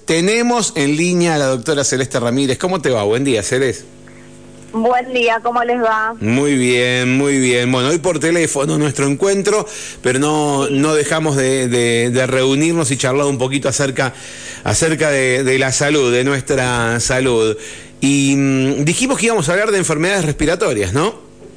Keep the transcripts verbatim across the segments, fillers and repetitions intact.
tenemos en línea a la doctora Celeste Ramírez. ¿Cómo te va? Buen día, Celeste. Buen día, ¿cómo les va? Muy bien, muy bien. Bueno, hoy por teléfono nuestro encuentro, pero no, Sí. no dejamos de, de, de reunirnos y charlar un poquito acerca, acerca de, de la salud, de nuestra salud. Y mmm, dijimos que íbamos a hablar de enfermedades respiratorias, ¿no?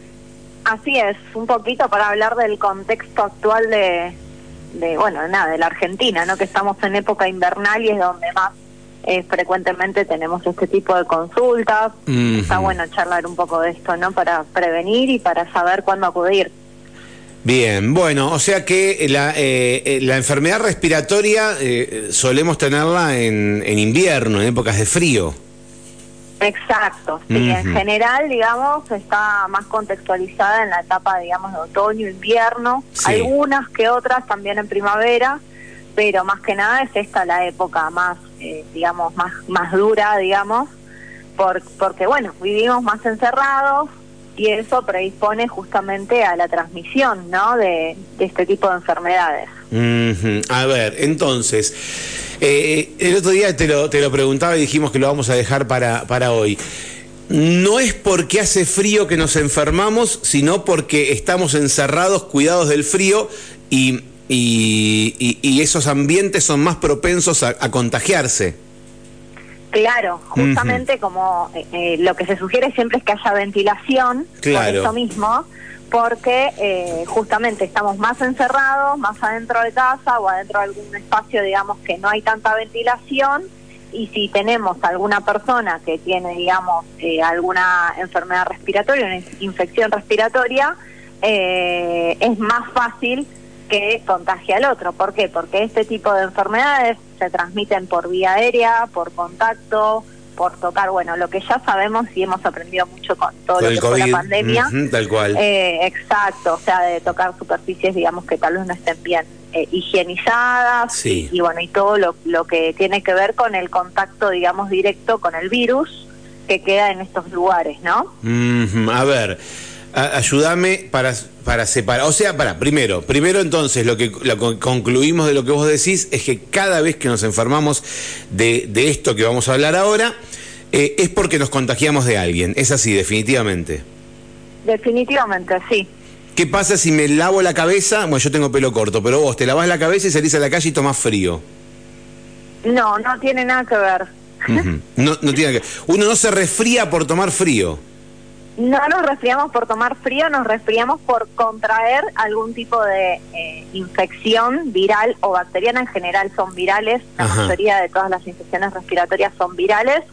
Así es, un poquito para hablar del contexto actual de, de bueno, nada, de la Argentina, ¿no? Que estamos en época invernal y es donde más eh, frecuentemente tenemos este tipo de consultas. Uh-huh. Está bueno charlar un poco de esto, ¿no? Para prevenir y para saber cuándo acudir. Bien, bueno, o sea que la, eh, la enfermedad respiratoria eh, solemos tenerla en, en invierno, en épocas de frío. Exacto, sí, Uh-huh. en general, digamos, está más contextualizada en la etapa, digamos, de otoño, invierno, Sí. algunas que otras también en primavera, pero más que nada es esta la época más, eh, digamos, más más dura, digamos, por, porque, bueno, vivimos más encerrados y eso predispone justamente a la transmisión, ¿no?, de, de este tipo de enfermedades. Uh-huh. A ver, entonces, eh, el otro día te lo, te lo preguntaba y dijimos que lo vamos a dejar para, para hoy. No es porque hace frío que nos enfermamos, sino porque estamos encerrados, cuidados del frío y, y, y, y esos ambientes son más propensos a, a contagiarse. Claro, justamente uh-huh. como eh, lo que se sugiere siempre es que haya ventilación, claro. por eso mismo, porque eh, justamente estamos más encerrados, más adentro de casa o adentro de algún espacio, digamos, que no hay tanta ventilación, y si tenemos alguna persona que tiene, digamos, eh, alguna enfermedad respiratoria, una infección respiratoria, eh, es más fácil que contagie al otro. ¿Por qué? Porque este tipo de enfermedades se transmiten por vía aérea, por contacto, por tocar, bueno, lo que ya sabemos y hemos aprendido mucho con todo con lo que COVID. Fue la pandemia. Uh-huh, tal cual. Eh, exacto, o sea, de tocar superficies, digamos, que tal vez no estén bien eh, higienizadas. Sí. Y, y bueno, y todo lo, lo que tiene que ver con el contacto, digamos, directo con el virus que queda en estos lugares, ¿no? Uh-huh. A ver, a, ayúdame para... Para separar, o sea, para, primero, primero entonces lo que lo que concluimos de lo que vos decís es que cada vez que nos enfermamos de, de esto que vamos a hablar ahora, eh, es porque nos contagiamos de alguien, es así, definitivamente. Definitivamente, sí. ¿Qué pasa si me lavo la cabeza? Bueno, yo tengo pelo corto, pero vos te lavás la cabeza y salís a la calle y tomás frío. No, no tiene nada que ver. Uh-huh. No, no tiene que ver. Uno no se resfría por tomar frío. No nos resfriamos por tomar frío, nos resfriamos por contraer algún tipo de eh, infección viral o bacteriana. En general son virales, la Ajá. mayoría de todas las infecciones respiratorias son virales,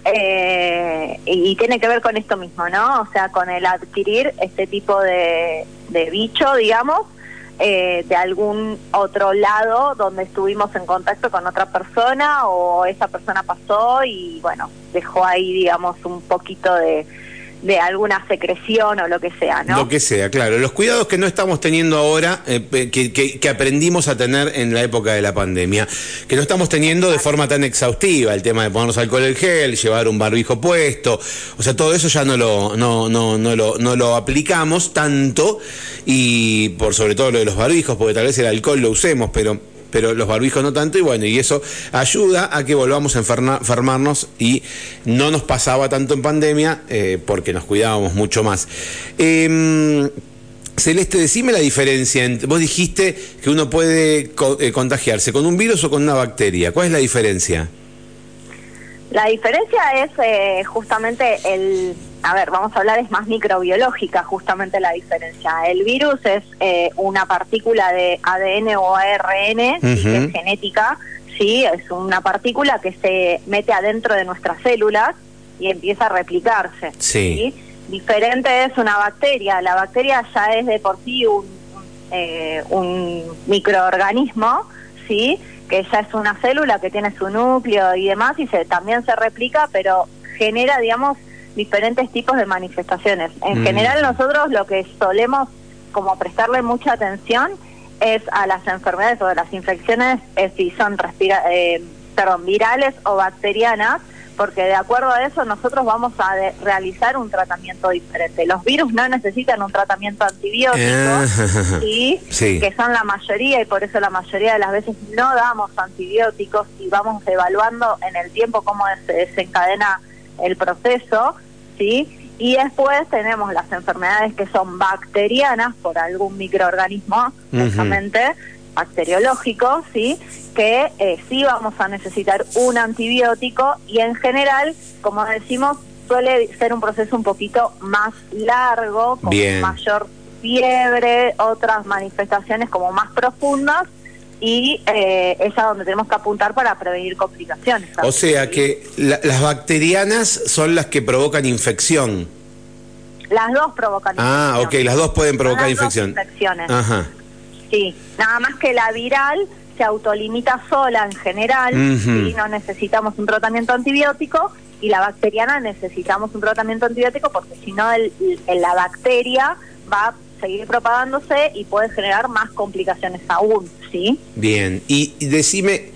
eh, y, y tiene que ver con esto mismo, ¿no? O sea, con el adquirir este tipo de, de bicho, digamos, eh, de algún otro lado donde estuvimos en contacto con otra persona o esa persona pasó y, bueno, dejó ahí, digamos, un poquito de... de alguna secreción o lo que sea, ¿no? Lo que sea, claro. Los cuidados que no estamos teniendo ahora, eh, que, que, que aprendimos a tener en la época de la pandemia, que no estamos teniendo de forma tan exhaustiva, el tema de ponernos alcohol en gel, llevar un barbijo puesto, o sea, todo eso ya no lo, no, no, no lo, no lo aplicamos tanto, y por sobre todo lo de los barbijos, porque tal vez el alcohol lo usemos, pero... pero los barbijos no tanto, y bueno, y eso ayuda a que volvamos a enferma, enfermarnos, y no nos pasaba tanto en pandemia, eh, porque nos cuidábamos mucho más. Eh, Celeste, decime la diferencia, entre, vos dijiste que uno puede co eh, contagiarse con un virus o con una bacteria, ¿cuál es la diferencia? La diferencia es eh, justamente el... A ver, vamos a hablar, es más microbiológica justamente la diferencia. El virus es eh, una partícula de A D N o A R N, uh-huh. ¿sí? Que es genética, sí, es una partícula que se mete adentro de nuestras células y empieza a replicarse. Sí. ¿sí? Diferente es una bacteria. La bacteria ya es de por sí un, eh, un microorganismo, sí, que ya es una célula que tiene su núcleo y demás, y se también se replica, pero genera, digamos, diferentes tipos de manifestaciones. En mm. general nosotros lo que solemos como prestarle mucha atención es a las enfermedades o a las infecciones, es si son respira eh, perdón, virales o bacterianas, porque de acuerdo a eso nosotros vamos a de, realizar un tratamiento diferente. Los virus no necesitan un tratamiento antibiótico, ¿sí? Sí. Que son la mayoría, y por eso la mayoría de las veces no damos antibióticos y vamos evaluando en el tiempo cómo se desencadena el proceso, ¿sí? Y después tenemos las enfermedades que son bacterianas por algún microorganismo, justamente, uh-huh. bacteriológico, ¿sí? Que eh, sí vamos a necesitar un antibiótico, y en general, como decimos, suele ser un proceso un poquito más largo, con Bien. mayor fiebre, otras manifestaciones como más profundas, y eh, es a donde tenemos que apuntar para prevenir complicaciones. O sea que la, las bacterianas son las que provocan infección. Las dos provocan ah, infección. Ah, ok, las dos pueden provocar las infección. Dos infecciones. Ajá. Sí, nada más que la viral se autolimita sola en general, uh-huh. y no necesitamos un tratamiento antibiótico, y la bacteriana necesitamos un tratamiento antibiótico porque si no el, el, la bacteria va a seguir propagándose y puede generar más complicaciones aún, ¿sí? Bien, y, y decime,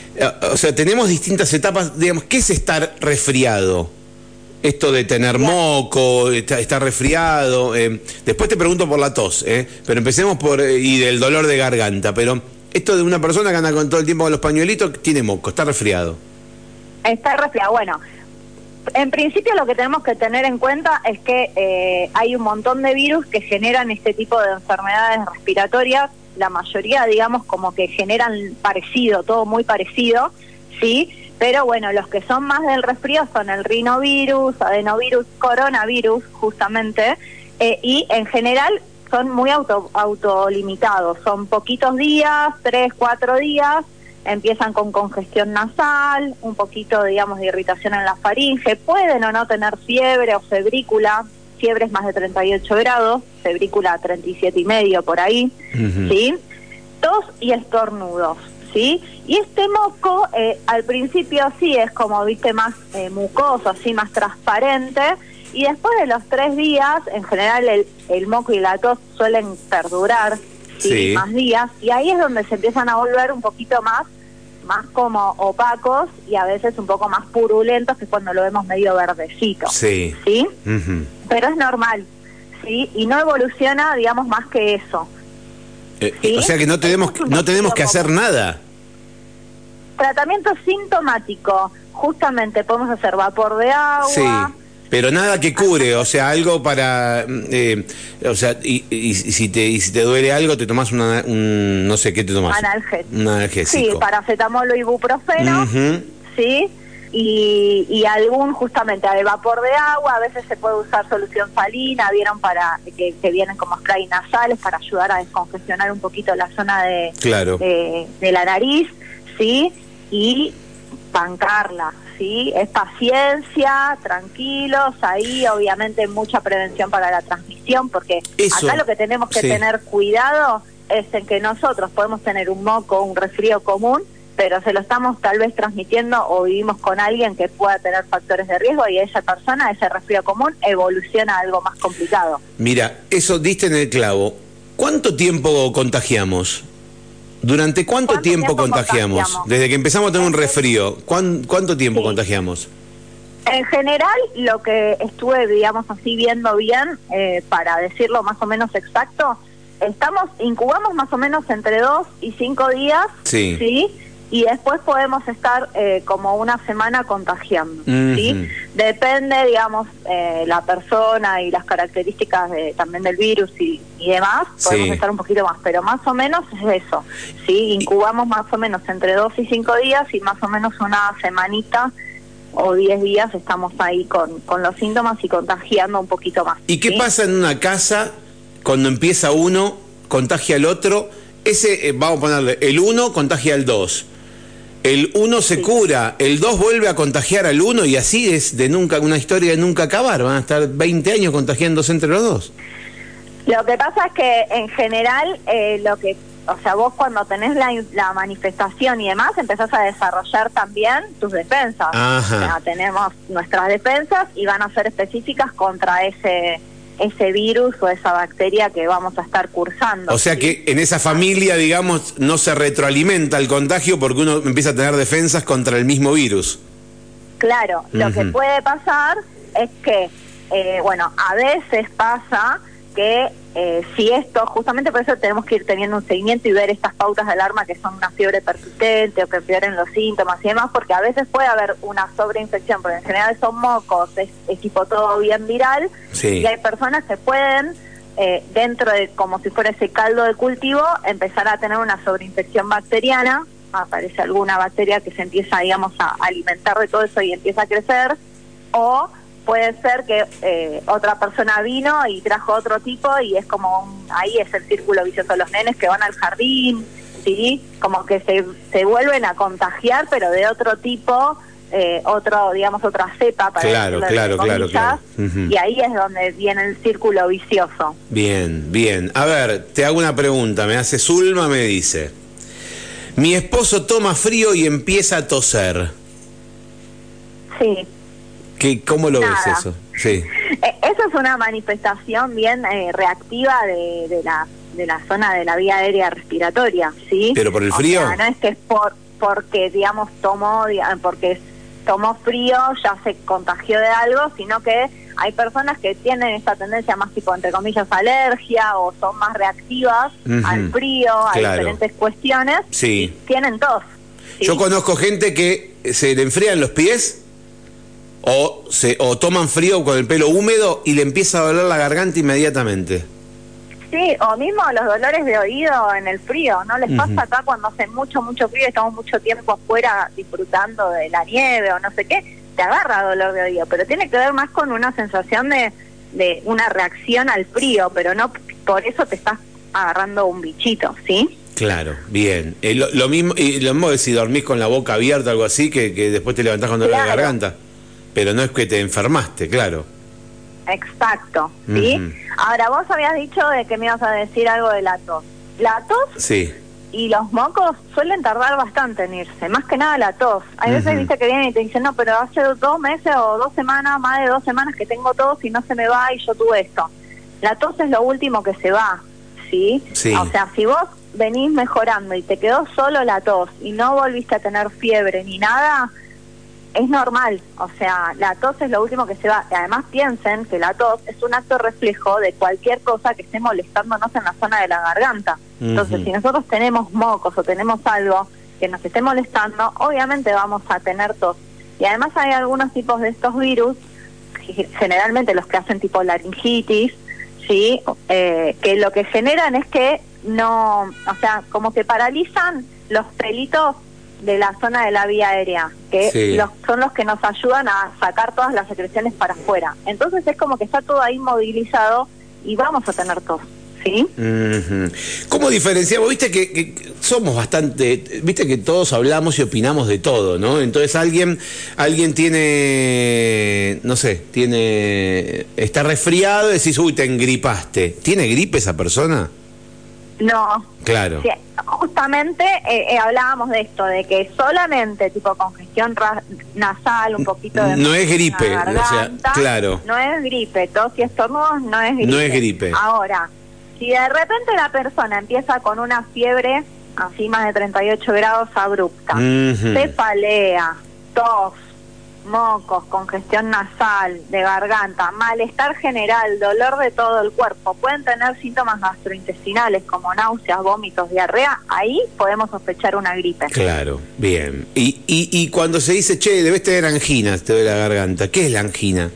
o sea, tenemos distintas etapas, digamos, ¿qué es estar resfriado? Esto de tener Bien. moco, estar, estar resfriado, eh, después te pregunto por la tos, eh, pero empecemos por, eh, y del dolor de garganta, pero esto de una persona que anda con todo el tiempo con los pañuelitos, tiene moco, está resfriado. Está resfriado, bueno. En principio lo que tenemos que tener en cuenta es que eh, hay un montón de virus que generan este tipo de enfermedades respiratorias, la mayoría, digamos, como que generan parecido, todo muy parecido, ¿sí? Pero bueno, los que son más del resfrío son el rinovirus, adenovirus, coronavirus, justamente, eh, y en general son muy auto autolimitados, son poquitos días, tres, cuatro días, empiezan con congestión nasal, un poquito, digamos, de irritación en la faringe, pueden o no tener fiebre o febrícula, fiebre es más de treinta y ocho grados, febrícula treinta y siete y medio por ahí, uh-huh. ¿sí? Tos y estornudos, ¿sí? Y este moco, eh, al principio sí es como, viste, más eh, mucoso, así más transparente, y después de los tres días, en general el, el moco y la tos suelen perdurar, ¿sí? Sí. Más días, y ahí es donde se empiezan a volver un poquito más más como opacos y a veces un poco más purulentos, que cuando lo vemos medio verdecito. Sí. ¿Sí? Uh-huh. Pero es normal, ¿sí? Y no evoluciona, digamos, más que eso. Eh, ¿sí? O sea que no tenemos, no tenemos que hacer nada. Tratamiento sintomático. Justamente podemos hacer vapor de agua. Sí. Pero nada que cure, o sea, algo para, eh, o sea, y, y, y si te y si te duele algo, te tomás una, un, no sé, ¿qué te tomás? Analgésico. Un analgésico. Sí, paracetamol o ibuprofeno, uh-huh. sí, y, y algún, justamente, el vapor de agua, a veces se puede usar solución salina, vieron, para que, que vienen como spray nasales para ayudar a descongestionar un poquito la zona de, claro. de, de la nariz, sí, y bancarla. Sí, es paciencia, tranquilos, ahí obviamente mucha prevención para la transmisión, porque Eso, acá lo que tenemos que sí. tener cuidado es en que nosotros podemos tener un moco, un resfrío común, pero se lo estamos tal vez transmitiendo o vivimos con alguien que pueda tener factores de riesgo y esa persona, ese resfrío común, evoluciona a algo más complicado. Mira, eso diste en el clavo. ¿Cuánto tiempo contagiamos? ¿Durante cuánto, ¿Cuánto tiempo, tiempo contagiamos? contagiamos? Desde que empezamos a tener un resfrío, ¿cuán, ¿cuánto tiempo sí. contagiamos? En general, lo que estuve, digamos así, viendo bien, eh, para decirlo más o menos exacto, estamos incubamos más o menos entre dos y cinco días, sí, ¿sí? Y después podemos estar eh, como una semana contagiando, uh-huh. ¿sí? Depende, digamos, eh, la persona y las características de, también del virus y, y demás, podemos sí. estar un poquito más, pero más o menos es eso, ¿sí? Incubamos más o menos entre dos y cinco días y más o menos una semanita o diez días estamos ahí con, con los síntomas y contagiando un poquito más. ¿Y qué ¿sí? pasa en una casa cuando empieza uno, contagia al otro? Ese, eh, vamos a ponerle, el uno contagia al dos. El uno se sí. cura, el dos vuelve a contagiar al uno y así es de nunca una historia de nunca acabar. Van a estar veinte años contagiándose entre los dos. Lo que pasa es que en general, eh, lo que, o sea, vos cuando tenés la, la manifestación y demás, empezás a desarrollar también tus defensas. Ajá. O sea, tenemos nuestras defensas y van a ser específicas contra ese... ese virus o esa bacteria que vamos a estar cursando. O sea ¿sí? que en esa familia, digamos, no se retroalimenta el contagio porque uno empieza a tener defensas contra el mismo virus. Claro, uh-huh. Lo que puede pasar es que, eh, bueno, a veces pasa que eh, si esto, justamente por eso tenemos que ir teniendo un seguimiento y ver estas pautas de alarma que son una fiebre persistente o que empeoren los síntomas y demás, porque a veces puede haber una sobreinfección, porque en general son mocos, es, es tipo todo bien viral, sí. Y hay personas que pueden, eh, dentro de como si fuera ese caldo de cultivo, empezar a tener una sobreinfección bacteriana, aparece alguna bacteria que se empieza, digamos, a alimentar de todo eso y empieza a crecer, o puede ser que eh, otra persona vino y trajo otro tipo y es como, un, ahí es el círculo vicioso, los nenes que van al jardín, ¿sí? Como que se, se vuelven a contagiar, pero de otro tipo, eh, otro, digamos, otra cepa, para claro, claro, claro, claro. Uh-huh. Y ahí es donde viene el círculo vicioso. Bien, bien. A ver, te hago una pregunta, me hace Zulma, me dice, mi esposo toma frío y empieza a toser. Sí. ¿Qué, ¿Cómo lo Nada. ves eso? Sí. Eh, eso es una manifestación bien eh, reactiva de, de la de la zona de la vía aérea respiratoria, ¿sí? ¿Pero por el frío? O sea, no es que es por porque, digamos, tomó, porque tomó frío, ya se contagió de algo, sino que hay personas que tienen esta tendencia más tipo, entre comillas, alergia o son más reactivas uh-huh. al frío, a claro. diferentes cuestiones, sí. Y tienen tos. ¿sí? Yo conozco gente que se le enfrían los pies o se o toman frío con el pelo húmedo y le empieza a doler la garganta inmediatamente. Sí, o mismo los dolores de oído en el frío, ¿no les pasa uh-huh. acá cuando hace mucho, mucho frío y estamos mucho tiempo afuera disfrutando de la nieve o no sé qué? Te agarra dolor de oído, pero tiene que ver más con una sensación de, de una reacción al frío, pero no por eso te estás agarrando un bichito, ¿sí? Claro, bien. Eh, lo, lo mismo y lo mismo es si dormís con la boca abierta o algo así, que, que después te levantás con dolor claro. de garganta. Pero no es que te enfermaste, claro. Exacto, ¿sí? Uh-huh. Ahora, vos habías dicho de que me ibas a decir algo de la tos. La tos sí. y los mocos suelen tardar bastante en irse, más que nada la tos. Hay uh-huh. veces, viste, que vienen y te dicen, no, pero hace dos meses o dos semanas, más de dos semanas que tengo tos y no se me va y yo tuve esto. La tos es lo último que se va, ¿sí? Sí. O sea, si vos venís mejorando y te quedó solo la tos y no volviste a tener fiebre ni nada, es normal, o sea, la tos es lo último que se va. Y además piensen que la tos es un acto reflejo de cualquier cosa que esté molestándonos en la zona de la garganta. Uh-huh. Entonces, si nosotros tenemos mocos o tenemos algo que nos esté molestando, obviamente vamos a tener tos. Y además hay algunos tipos de estos virus, generalmente los que hacen tipo laringitis, ¿sí? Eh, que lo que generan es que no, o sea, como que paralizan los pelitos de la zona de la vía aérea, que sí. los, son los que nos ayudan a sacar todas las secreciones para afuera. Entonces es como que está todo ahí movilizado y vamos a tener tos, ¿sí? Uh-huh. ¿Cómo diferenciamos? Viste que, que somos bastante, viste que todos hablamos y opinamos de todo, ¿no? Entonces alguien, alguien tiene, no sé, tiene, está resfriado y decís, uy, te engripaste. ¿Tiene gripe esa persona? No. Claro. Sí, justamente eh, eh, hablábamos de esto, de que solamente tipo congestión ra- nasal, un poquito de... No es gripe, garganta, o sea, claro. No es gripe, tos y estornudos no es gripe. No es gripe. Ahora, si de repente la persona empieza con una fiebre así más de treinta y ocho grados abrupta, uh-huh. cefalea, tos, mocos, congestión nasal, de garganta, malestar general, dolor de todo el cuerpo, pueden tener síntomas gastrointestinales como náuseas, vómitos, diarrea, ahí podemos sospechar una gripe. Claro, bien. Y, y, y cuando se dice, che, debes tener angina, te duele la garganta, ¿qué es la angina?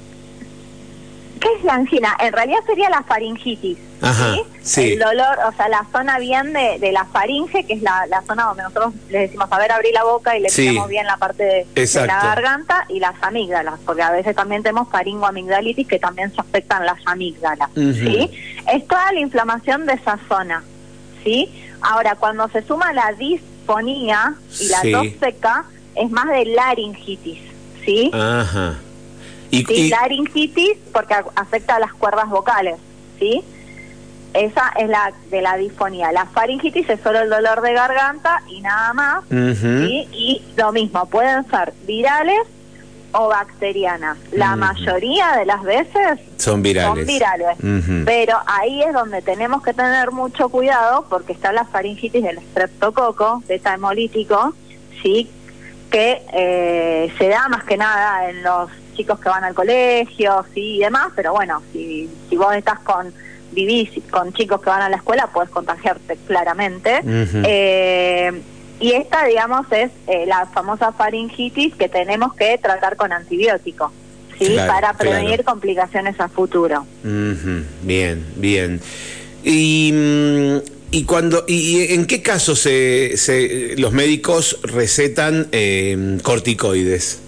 ¿Qué es la angina? En realidad sería la faringitis. Ajá, ¿sí? sí. El dolor, o sea, la zona bien de, de la faringe, que es la, la zona donde nosotros le decimos, a ver, abrí la boca y le sí. pillamos bien la parte de, de la garganta, y las amígdalas, porque a veces también tenemos faringoamigdalitis que también se afectan las amígdalas, uh-huh. ¿sí? Es toda la inflamación de esa zona, ¿sí? Ahora, cuando se suma la disfonía y la sí. tos seca, es más de laringitis, ¿sí? Ajá. Y, sí, y... laringitis porque afecta a las cuerdas vocales, ¿sí? Esa es la de la disfonía. La faringitis es solo el dolor de garganta y nada más, uh-huh. ¿sí? Y lo mismo, pueden ser virales o bacterianas. La uh-huh. mayoría de las veces son virales. Son virales. Uh-huh. Pero ahí es donde tenemos que tener mucho cuidado porque está la faringitis del streptococo, beta hemolítico, ¿sí? Que... Eh, eh, se da más que nada en los chicos que van al colegio, sí, y demás, pero bueno, si, si vos estás con, vivís con chicos que van a la escuela, puedes contagiarte claramente. Uh-huh. eh, y esta, digamos, es eh, la famosa faringitis que tenemos que tratar con antibióticos, ¿sí? Claro, para prevenir claro. complicaciones a futuro. Uh-huh. Bien, bien. Y... ¿Y cuando y en qué casos se, se, los médicos recetan eh, corticoides?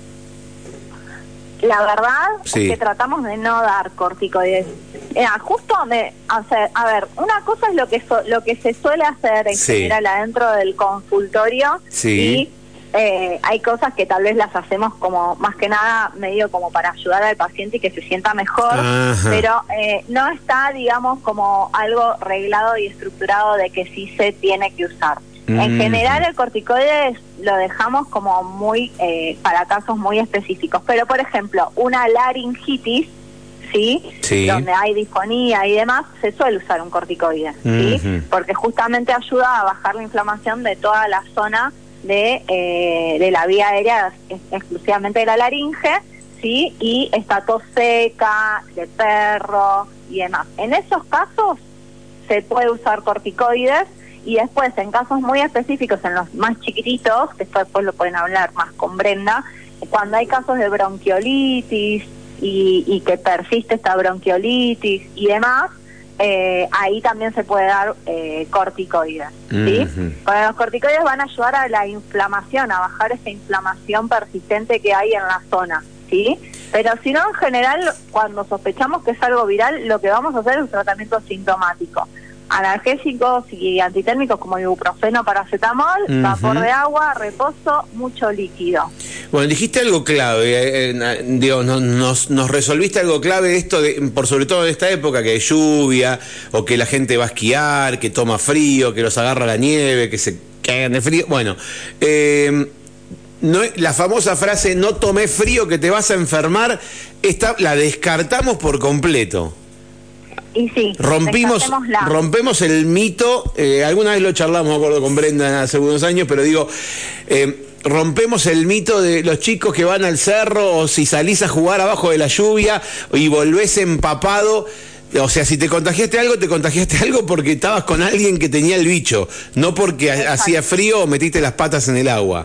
La verdad sí. es que tratamos de no dar corticoides. Eh, justo de hacer, a ver, una cosa es lo que so, lo que se suele hacer en sí. general adentro del consultorio sí. y eh, hay cosas que tal vez las hacemos como más que nada medio como para ayudar al paciente y que se sienta mejor, Ajá. pero eh, no está, digamos, como algo reglado y estructurado de que sí se tiene que usar. Mm. En general el corticoide lo dejamos como muy eh, para casos muy específicos, pero por ejemplo una laringitis, ¿sí? Sí. donde hay disfonía y demás, se suele usar un corticoide, ¿sí? Uh-huh. porque justamente ayuda a bajar la inflamación de toda la zona de eh, de la vía aérea, es, exclusivamente de la laringe, sí, y esta tos seca, de perro y demás. En esos casos se puede usar corticoides y después en casos muy específicos, en los más chiquititos, que esto después lo pueden hablar más con Brenda, cuando hay casos de bronquiolitis y, y que persiste esta bronquiolitis y demás, Eh, ahí también se puede dar eh, corticoides, ¿sí? Uh-huh. Porque los corticoides van a ayudar a la inflamación, a bajar esa inflamación persistente que hay en la zona, ¿sí? Pero si no, en general, cuando sospechamos que es algo viral, lo que vamos a hacer es un tratamiento sintomático. Analgésicos y antitérmicos como ibuprofeno, paracetamol, uh-huh. vapor de agua, reposo, mucho líquido. Bueno, dijiste algo clave, eh, eh, digo, no, nos, nos resolviste algo clave de esto, de, por sobre todo en esta época que hay lluvia, o que la gente va a esquiar, que toma frío, que los agarra la nieve, que se cagan de frío. Bueno, eh, no, la famosa frase, no tomé frío que te vas a enfermar, esta la descartamos por completo. Y sí, rompimos rompemos el mito, eh, alguna vez lo charlamos, me acuerdo con Brenda hace unos años, pero digo, eh, rompemos el mito de los chicos que van al cerro o si salís a jugar abajo de la lluvia y volvés empapado. O sea, si te contagiaste algo, te contagiaste algo porque estabas con alguien que tenía el bicho, no porque Exacto. hacía frío o metiste las patas en el agua.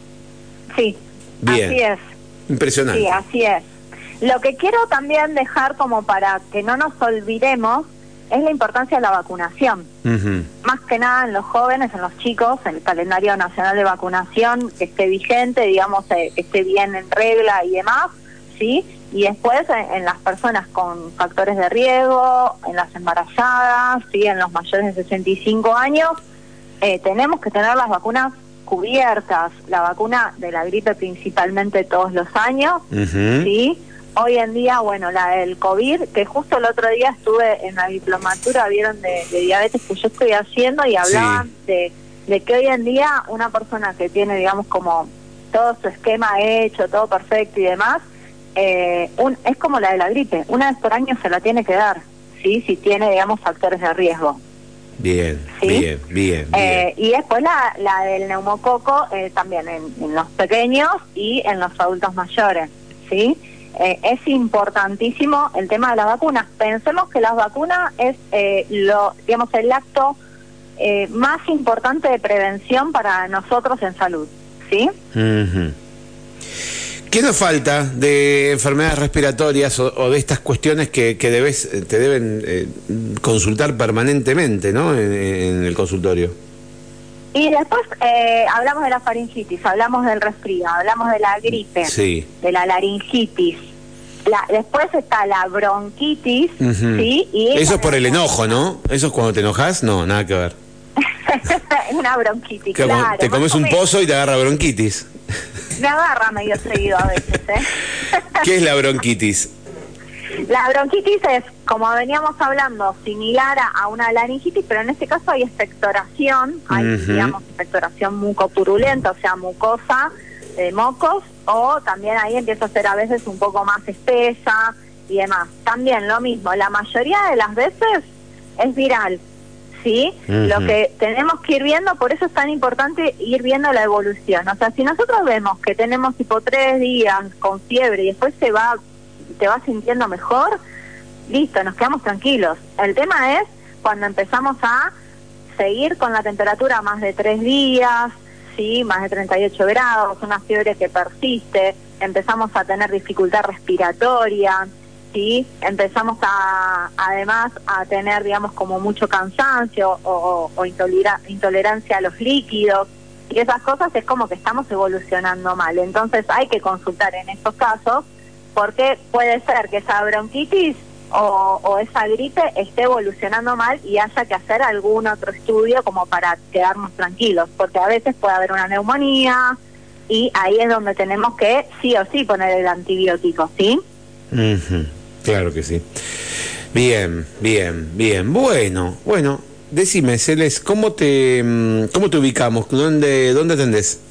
Sí, Bien. Así es. Impresionante. Sí, así es. Lo que quiero también dejar como para que no nos olvidemos es la importancia de la vacunación. Uh-huh. Más que nada en los jóvenes, en los chicos, en el calendario nacional de vacunación, que esté vigente, digamos, eh, que esté bien en regla y demás, ¿sí? Y después en, en las personas con factores de riesgo, en las embarazadas, ¿sí? En los mayores de sesenta y cinco años, eh, tenemos que tener las vacunas cubiertas. La vacuna de la gripe principalmente todos los años, uh-huh. ¿sí? Hoy en día, bueno, la del COVID, que justo el otro día estuve en la diplomatura, vieron, de, de diabetes que yo estoy haciendo y hablaban sí. de, de que hoy en día una persona que tiene, digamos, como todo su esquema hecho, todo perfecto y demás, eh, un, es como la de la gripe, una vez por año se la tiene que dar, ¿sí? Si tiene, digamos, factores de riesgo. Bien, ¿sí? bien, bien, bien. Eh, y después la, la del neumococo eh, también en, en los pequeños y en los adultos mayores, ¿sí? Eh, es importantísimo el tema de las vacunas. Pensemos que las vacunas es eh, lo, digamos, el acto eh, más importante de prevención para nosotros en salud, ¿sí? Uh-huh. ¿Qué nos falta de enfermedades respiratorias o, o de estas cuestiones que, que debes, te deben eh, consultar permanentemente, ¿no? En, en el consultorio. Y después eh, hablamos de la faringitis, hablamos del resfrío, hablamos de la gripe, sí. de la laringitis. La, después está la bronquitis, uh-huh. ¿sí? Y eso es por el enojo, ¿no? ¿Eso es cuando te enojas? No, nada que ver. Una bronquitis, que claro. Te comes un pozo y te agarra bronquitis. Me agarra medio seguido a veces, ¿eh? ¿Qué es la bronquitis? La bronquitis es, como veníamos hablando, similar a, a una laringitis, pero en este caso hay expectoración, hay, uh-huh. digamos, expectoración mucopurulenta, o sea, mucosa de mocos, o también ahí empieza a ser a veces un poco más espesa y demás. También lo mismo, la mayoría de las veces es viral, ¿sí? Uh-huh. Lo que tenemos que ir viendo, por eso es tan importante ir viendo la evolución. O sea, si nosotros vemos que tenemos tipo tres días con fiebre y después se va, te vas sintiendo mejor, listo, nos quedamos tranquilos. El tema es cuando empezamos a seguir con la temperatura más de tres días, sí, más de treinta y ocho grados, una fiebre que persiste, empezamos a tener dificultad respiratoria, sí, empezamos a, además a tener, digamos, como mucho cansancio o, o intolera, intolerancia a los líquidos, y esas cosas es como que estamos evolucionando mal. Entonces hay que consultar en estos casos, porque puede ser que esa bronquitis o, o esa gripe esté evolucionando mal y haya que hacer algún otro estudio como para quedarnos tranquilos, porque a veces puede haber una neumonía y ahí es donde tenemos que sí o sí poner el antibiótico, ¿sí? Uh-huh. Claro que sí. Bien, bien, bien. Bueno, bueno, decime, Celes, ¿cómo te cómo te ubicamos? ¿Dónde, dónde atendés?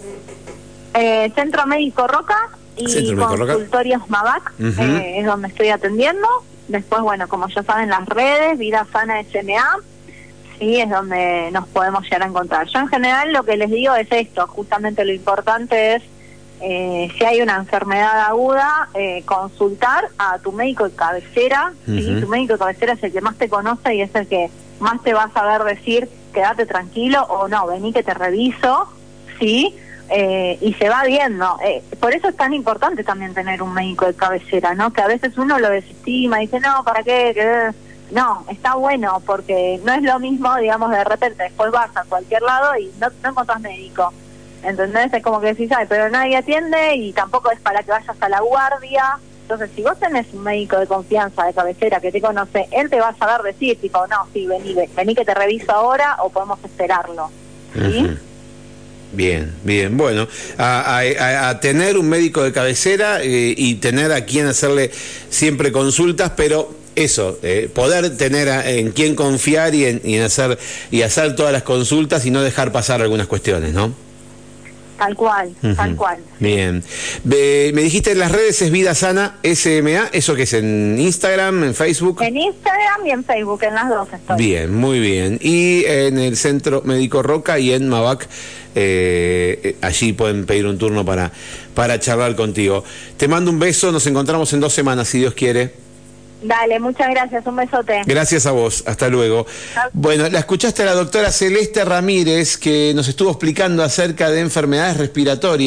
Eh, Centro Médico Roca y Centro Consultorios Mavac, uh-huh. eh, es donde estoy atendiendo. Después, bueno, como ya saben, las redes, Vida Sana S M A, sí, es donde nos podemos llegar a encontrar. Yo en general lo que les digo es esto, justamente lo importante es, eh, si hay una enfermedad aguda, eh, consultar a tu médico de cabecera, uh-huh. ¿sí? Tu médico de cabecera es el que más te conoce y es el que más te va a saber decir, quédate tranquilo o no, vení que te reviso, ¿sí? Eh, y se va viendo. Eh, por eso es tan importante también tener un médico de cabecera, ¿no? Que a veces uno lo desestima y dice, no, ¿para qué? ¿Qué? No, está bueno, porque no es lo mismo, digamos, de repente después vas a cualquier lado y no, no encontrás médico. ¿Entendés? Es como que decís, ay, pero nadie atiende y tampoco es para que vayas a la guardia. Entonces, si vos tenés un médico de confianza, de cabecera, que te conoce, él te va a saber decir, tipo, no, sí, vení, vení que te reviso ahora o podemos esperarlo. ¿Sí? Uh-huh. Bien, bien, bueno, a, a, a tener un médico de cabecera eh, y tener a quien hacerle siempre consultas, pero eso, eh, poder tener a, en quién confiar y en, y en hacer y hacer todas las consultas y no dejar pasar algunas cuestiones, ¿no? Tal cual, uh-huh. tal cual. Bien. Be, me dijiste en las redes es Vida Sana S M A, ¿eso qué es? ¿En Instagram, en Facebook? En Instagram y en Facebook, en las dos estoy. Bien, muy bien. Y en el Centro Médico Roca y en Mavac, eh, allí pueden pedir un turno para, para charlar contigo. Te mando un beso, nos encontramos en dos semanas, si Dios quiere. Dale, muchas gracias, un besote. Gracias a vos, hasta luego. Chao. Bueno, la escuchaste a la doctora Celeste Ramírez, que nos estuvo explicando acerca de enfermedades respiratorias.